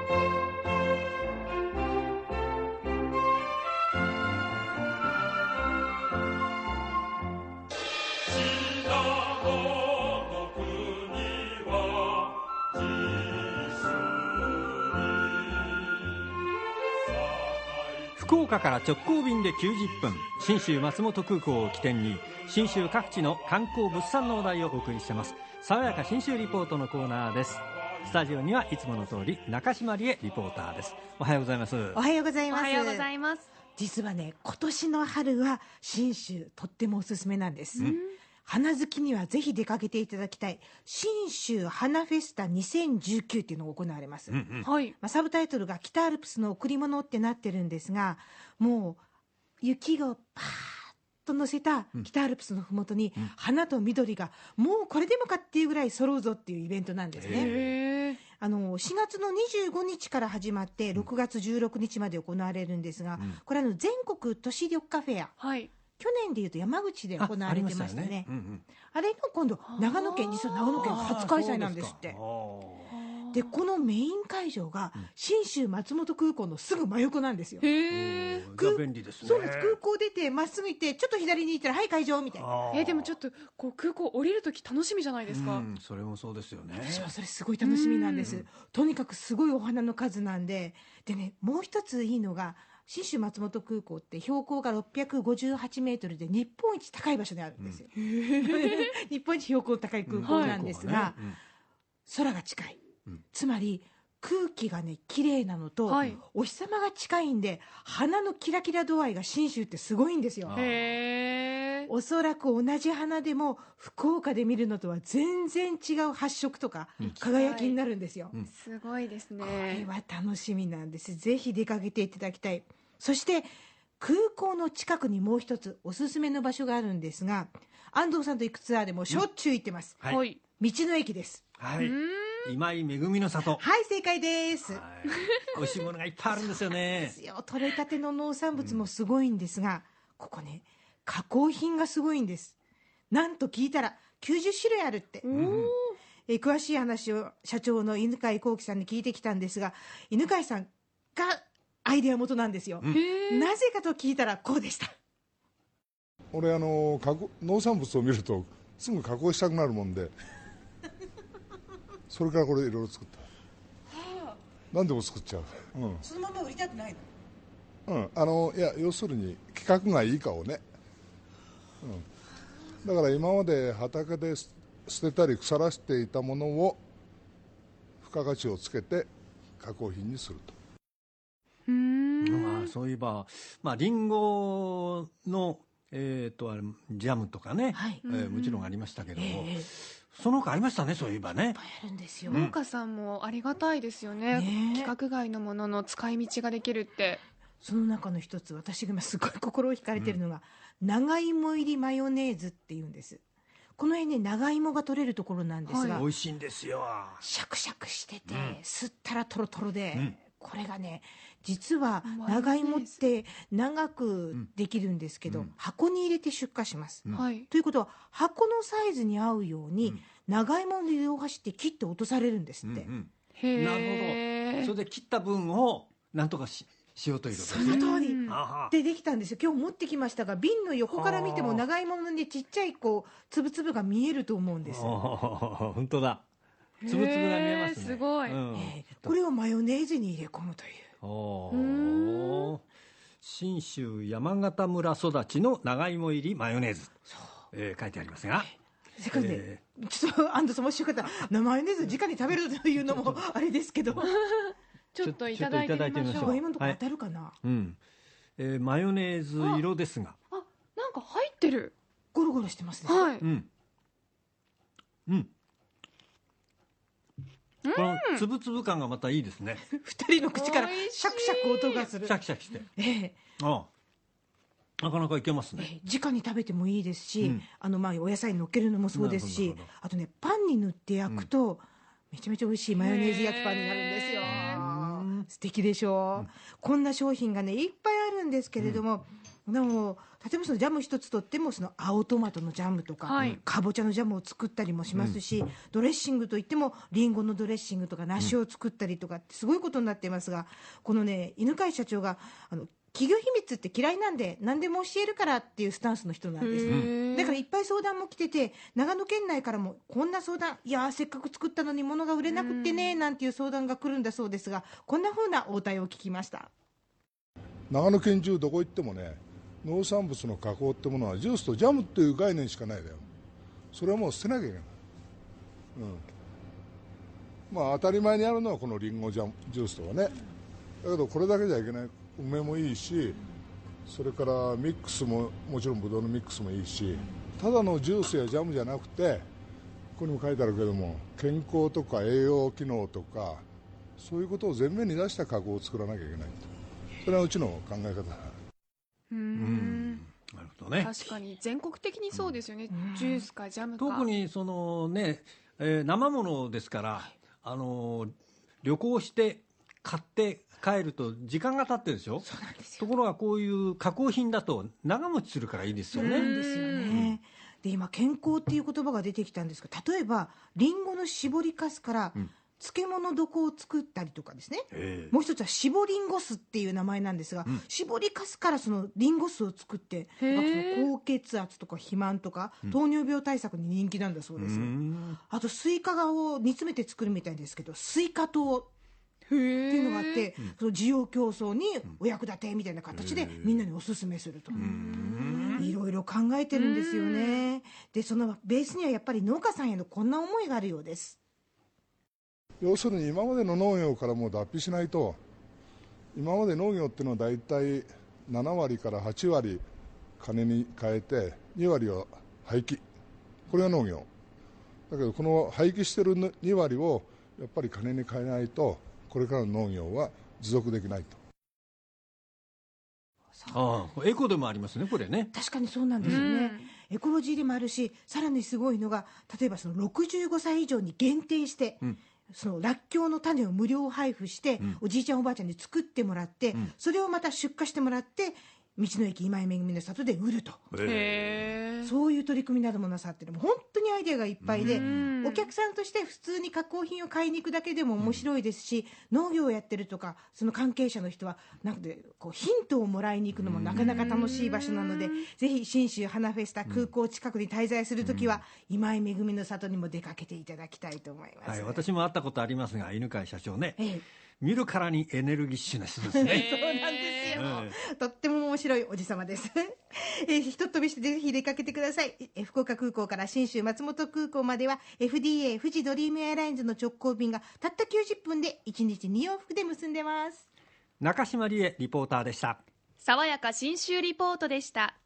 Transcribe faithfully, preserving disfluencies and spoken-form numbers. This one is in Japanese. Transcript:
福岡から直行便できゅうじゅっぷん、信州松本空港を起点に信州各地の観光物産の話題をお送りしています。爽やか信州リポートのコーナーです。スタジオにはいつもの通り中島理恵リポーターです。おはようございます。 おはようございます。 おはようございます。 実はね、今年の春は信州とってもおすすめなんです、うん、花好きにはぜひ出かけていただきたい信州花フェスタにせんじゅうきゅうっていうのが行われます、うんうん、はい、まあ、サブタイトルが北アルプスの贈り物ってなってるんですが、もう雪をパーッと乗せた北アルプスのふもとに花と緑がもうこれでもかっていうぐらい揃うぞっていうイベントなんですね。へー、あのしがつのにじゅうごにちから始まってろくがつじゅうろくにちまで行われるんですが、うん、これあの全国都市緑化フェア、はい、去年でいうと山口で行われてましたね。 あ, ね、うんうん、あれの今度長野県、実は長野県初開催なんですって。でこのメイン会場が信州松本空港のすぐ真横なんですよ。 へー、便利ですね。 そうです。空港出てまっすぐ行ってちょっと左に行ったらはい会場みたいな。 えー、でもちょっとこう空港降りるとき楽しみじゃないですか。 うん、それもそうですよね。 私はそれすごい楽しみなんです。とにかくすごいお花の数なんで。でね、もう一ついいのが信州松本空港って標高がろっぴゃくごじゅうはちメートルで日本一高い場所にあるんですよ、うん、日本一標高高い空港なんですが、うん、はい、空が近い、うん、つまり空気がね綺麗なのと、はい、お日様が近いんで花のキラキラ度合いが信州ってすごいんですよ。へー、おそらく同じ花でも福岡で見るのとは全然違う発色とか、うん、輝きになるんですよ、うん、 すごいですね。 これは楽しみなんです。ぜひ出かけていただきたい。そして空港の近くにもう一つおすすめの場所があるんですが、安藤さんと行くツアーでもしょっちゅう行ってます、うん、はい、道の駅です。 はい、今井めぐみの里。 はい、正解です。 美味しいものがいっぱいあるんですよね。 そうですよ。取れたての農産物もすごいんですが、うん、ここね加工品がすごいんです。なんと聞いたらきゅうじゅっしゅるいあるって、うん、え詳しい話を社長の犬飼幸喜さんに聞いてきたんですが、犬飼さんがアイデア元なんですよ、うん、なぜかと聞いたらこうでした。 俺あの農産物を見るとすぐ加工したくなるもんでそれからこれいろいろ作った、はあ、何でも作っちゃう、うん、 そのまま売りたくないの？うん、あのいや要するに規格がいいかをね、うん、だから今まで畑で捨てたり腐らせていたものを付加価値をつけて加工品にすると。 うーん、まあ、そういえば、まあ、リンゴの、えー、とあれジャムとかね、はい、えー、もちろんありましたけども、えーその他ありましたね。そういえばね、いっぱいあるんですよ。 農家さんもありがたいですよね、ね、規格外のものの使い道ができるって。 その中の一つ、私が今すごい心を惹かれてるのが、うん、長芋入りマヨネーズっていうんです。この辺ね長芋が取れるところなんですが、 はい、美味しいんですよ。 シャクシャクしてて、うん、吸ったらトロトロで、うん、これがね実は長芋って長くできるんですけど、うん、箱に入れて出荷します、うん、ということは箱のサイズに合うように、うん、長芋の両端って切って落とされるんですって、うんうん、 へなるほど。それで切った分をなんとか し, しようということですね。 その通り、うん、でできたんですよ。今日持ってきましたが、瓶の横から見ても長芋の、ね、ちっちゃいこうつぶつぶが見えると思うんです。 本当だ、つぶつぶが見えますね。すごい、うん、 えー、これをマヨネーズに入れ込むという。 お信州山形村育ちの長芋入りマヨネーズ、そう、えー、書いてありますが、 せっかくね、えー、ちょっと安藤さんもしよかったらマヨネーズ直に食べるというのもあれですけどちょっといただいてみましょう。 今のところ当たるかな、はい、 うん、えー、マヨネーズ色ですが、 ああ、なんか入ってる、 ゴロゴロしてますね。 はい、 うんうん、このつぶつぶ感がまたいいですね。 二人の口からシャクシャク音がする。 シャキシャキして、 ええ、 ああ、なかなかいけますね。 ええ、直に食べてもいいですし、うん、あのまあお野菜にのっけるのもそうですし、あとねパンに塗って焼くと、うん、めちゃめちゃ美味しいマヨネーズ焼きパンになるんですよ。素敵でしょう、うん、こんな商品がねいっぱいあるんですけれども、 でも例えばそのジャム一つとってもその青トマトのジャムとか、 はい、 かぼちゃのジャムを作ったりもしますし、うん、ドレッシングといってもリンゴのドレッシングとか梨を作ったりとかってすごいことになっていますが、このね犬飼社長があの企業秘密って嫌いなんで何でも教えるからっていうスタンスの人なんです。だからいっぱい相談も来てて、長野県内からもこんな相談、いやせっかく作ったのに物が売れなくってねなんていう相談が来るんだそうですが、こんな風な応対を聞きました。 長野県中どこ行ってもね、農産物の加工ってものはジュースとジャムっていう概念しかないだよ。それはもう捨てなきゃいけない、うん、まあ当たり前にあるのはこのリンゴジャムジュースとかね。だけどこれだけじゃいけない。梅もいいし、それからミックスももちろんブドウのミックスもいいし、ただのジュースやジャムじゃなくて、ここにも書いてあるけども、健康とか栄養機能とかそういうことを前面に出した加工を作らなきゃいけないと。それはうちの考え方だ。 うーん、 なるほどね。 確かに全国的にそうですよね、うん、ジュースかジャムか。 特にそのね、えー、生ものですから、あのー、旅行して買って帰ると時間が経ってるでしょ。 そうなんですよ。 ところがこういう加工品だと長持ちするからいいですよね。 そうなんですよね。で今健康っていう言葉が出てきたんですが、例えばリンゴの搾りかすから、うん漬物床を作ったりとかですね、もう一つは搾りんご酢っていう名前なんですが、うん、搾りかすからそのリンゴ酢を作って、その高血圧とか肥満とか、うん、糖尿病対策に人気なんだそうです。あとスイカを煮詰めて作るみたいですけど、スイカ糖っていうのがあって、その需要競争にお役立てみたいな形でみんなにおすすめすると。いろいろ考えてるんですよね。でそのベースにはやっぱり農家さんへのこんな思いがあるようです。 要するに今までの農業からもう脱皮しないと、今まで農業っていうのはだいたいななわりからはちわり金に変えてにわりは廃棄、これが農業だけど、この廃棄してるにわりをやっぱり金に変えないとこれからの農業は持続できないと。 ああ、エコでもありますね、これね。 確かにそうなんですよね、うん、エコロジーでもあるし、さらにすごいのが例えばそのろくじゅうごさい以上に限定して、うん、そのらっきょうの種を無料配布して、うん、おじいちゃんおばあちゃんに作ってもらって、うん、それをまた出荷してもらって道の駅今井めぐみの里で売ると、へー、そういう取り組みなどもなさってる。もう本当にアイデアがいっぱいで、お客さんとして普通に加工品を買いに行くだけでも面白いですし、農業をやってるとかその関係者の人はなんでこうヒントをもらいに行くのもなかなか楽しい場所なので、ぜひ信州花フェスタ空港近くに滞在するときは今井めぐみの里にも出かけていただきたいと思います、はい、 私も会ったことありますが、犬飼社長ね、 ええ、 見るからにエネルギッシュな人ですね。 そうなんですよ、えー、とっても面白いおじさまです。えー、ひとっ飛びしてぜひ出かけてください。え福岡空港から信州松本空港までは エフディーエー 富士ドリームエアラインズの直行便がたったきゅうじゅっぷんでいちにちに往復で結んでます。 中島理恵リポーターでした。 爽やか信州リポートでした。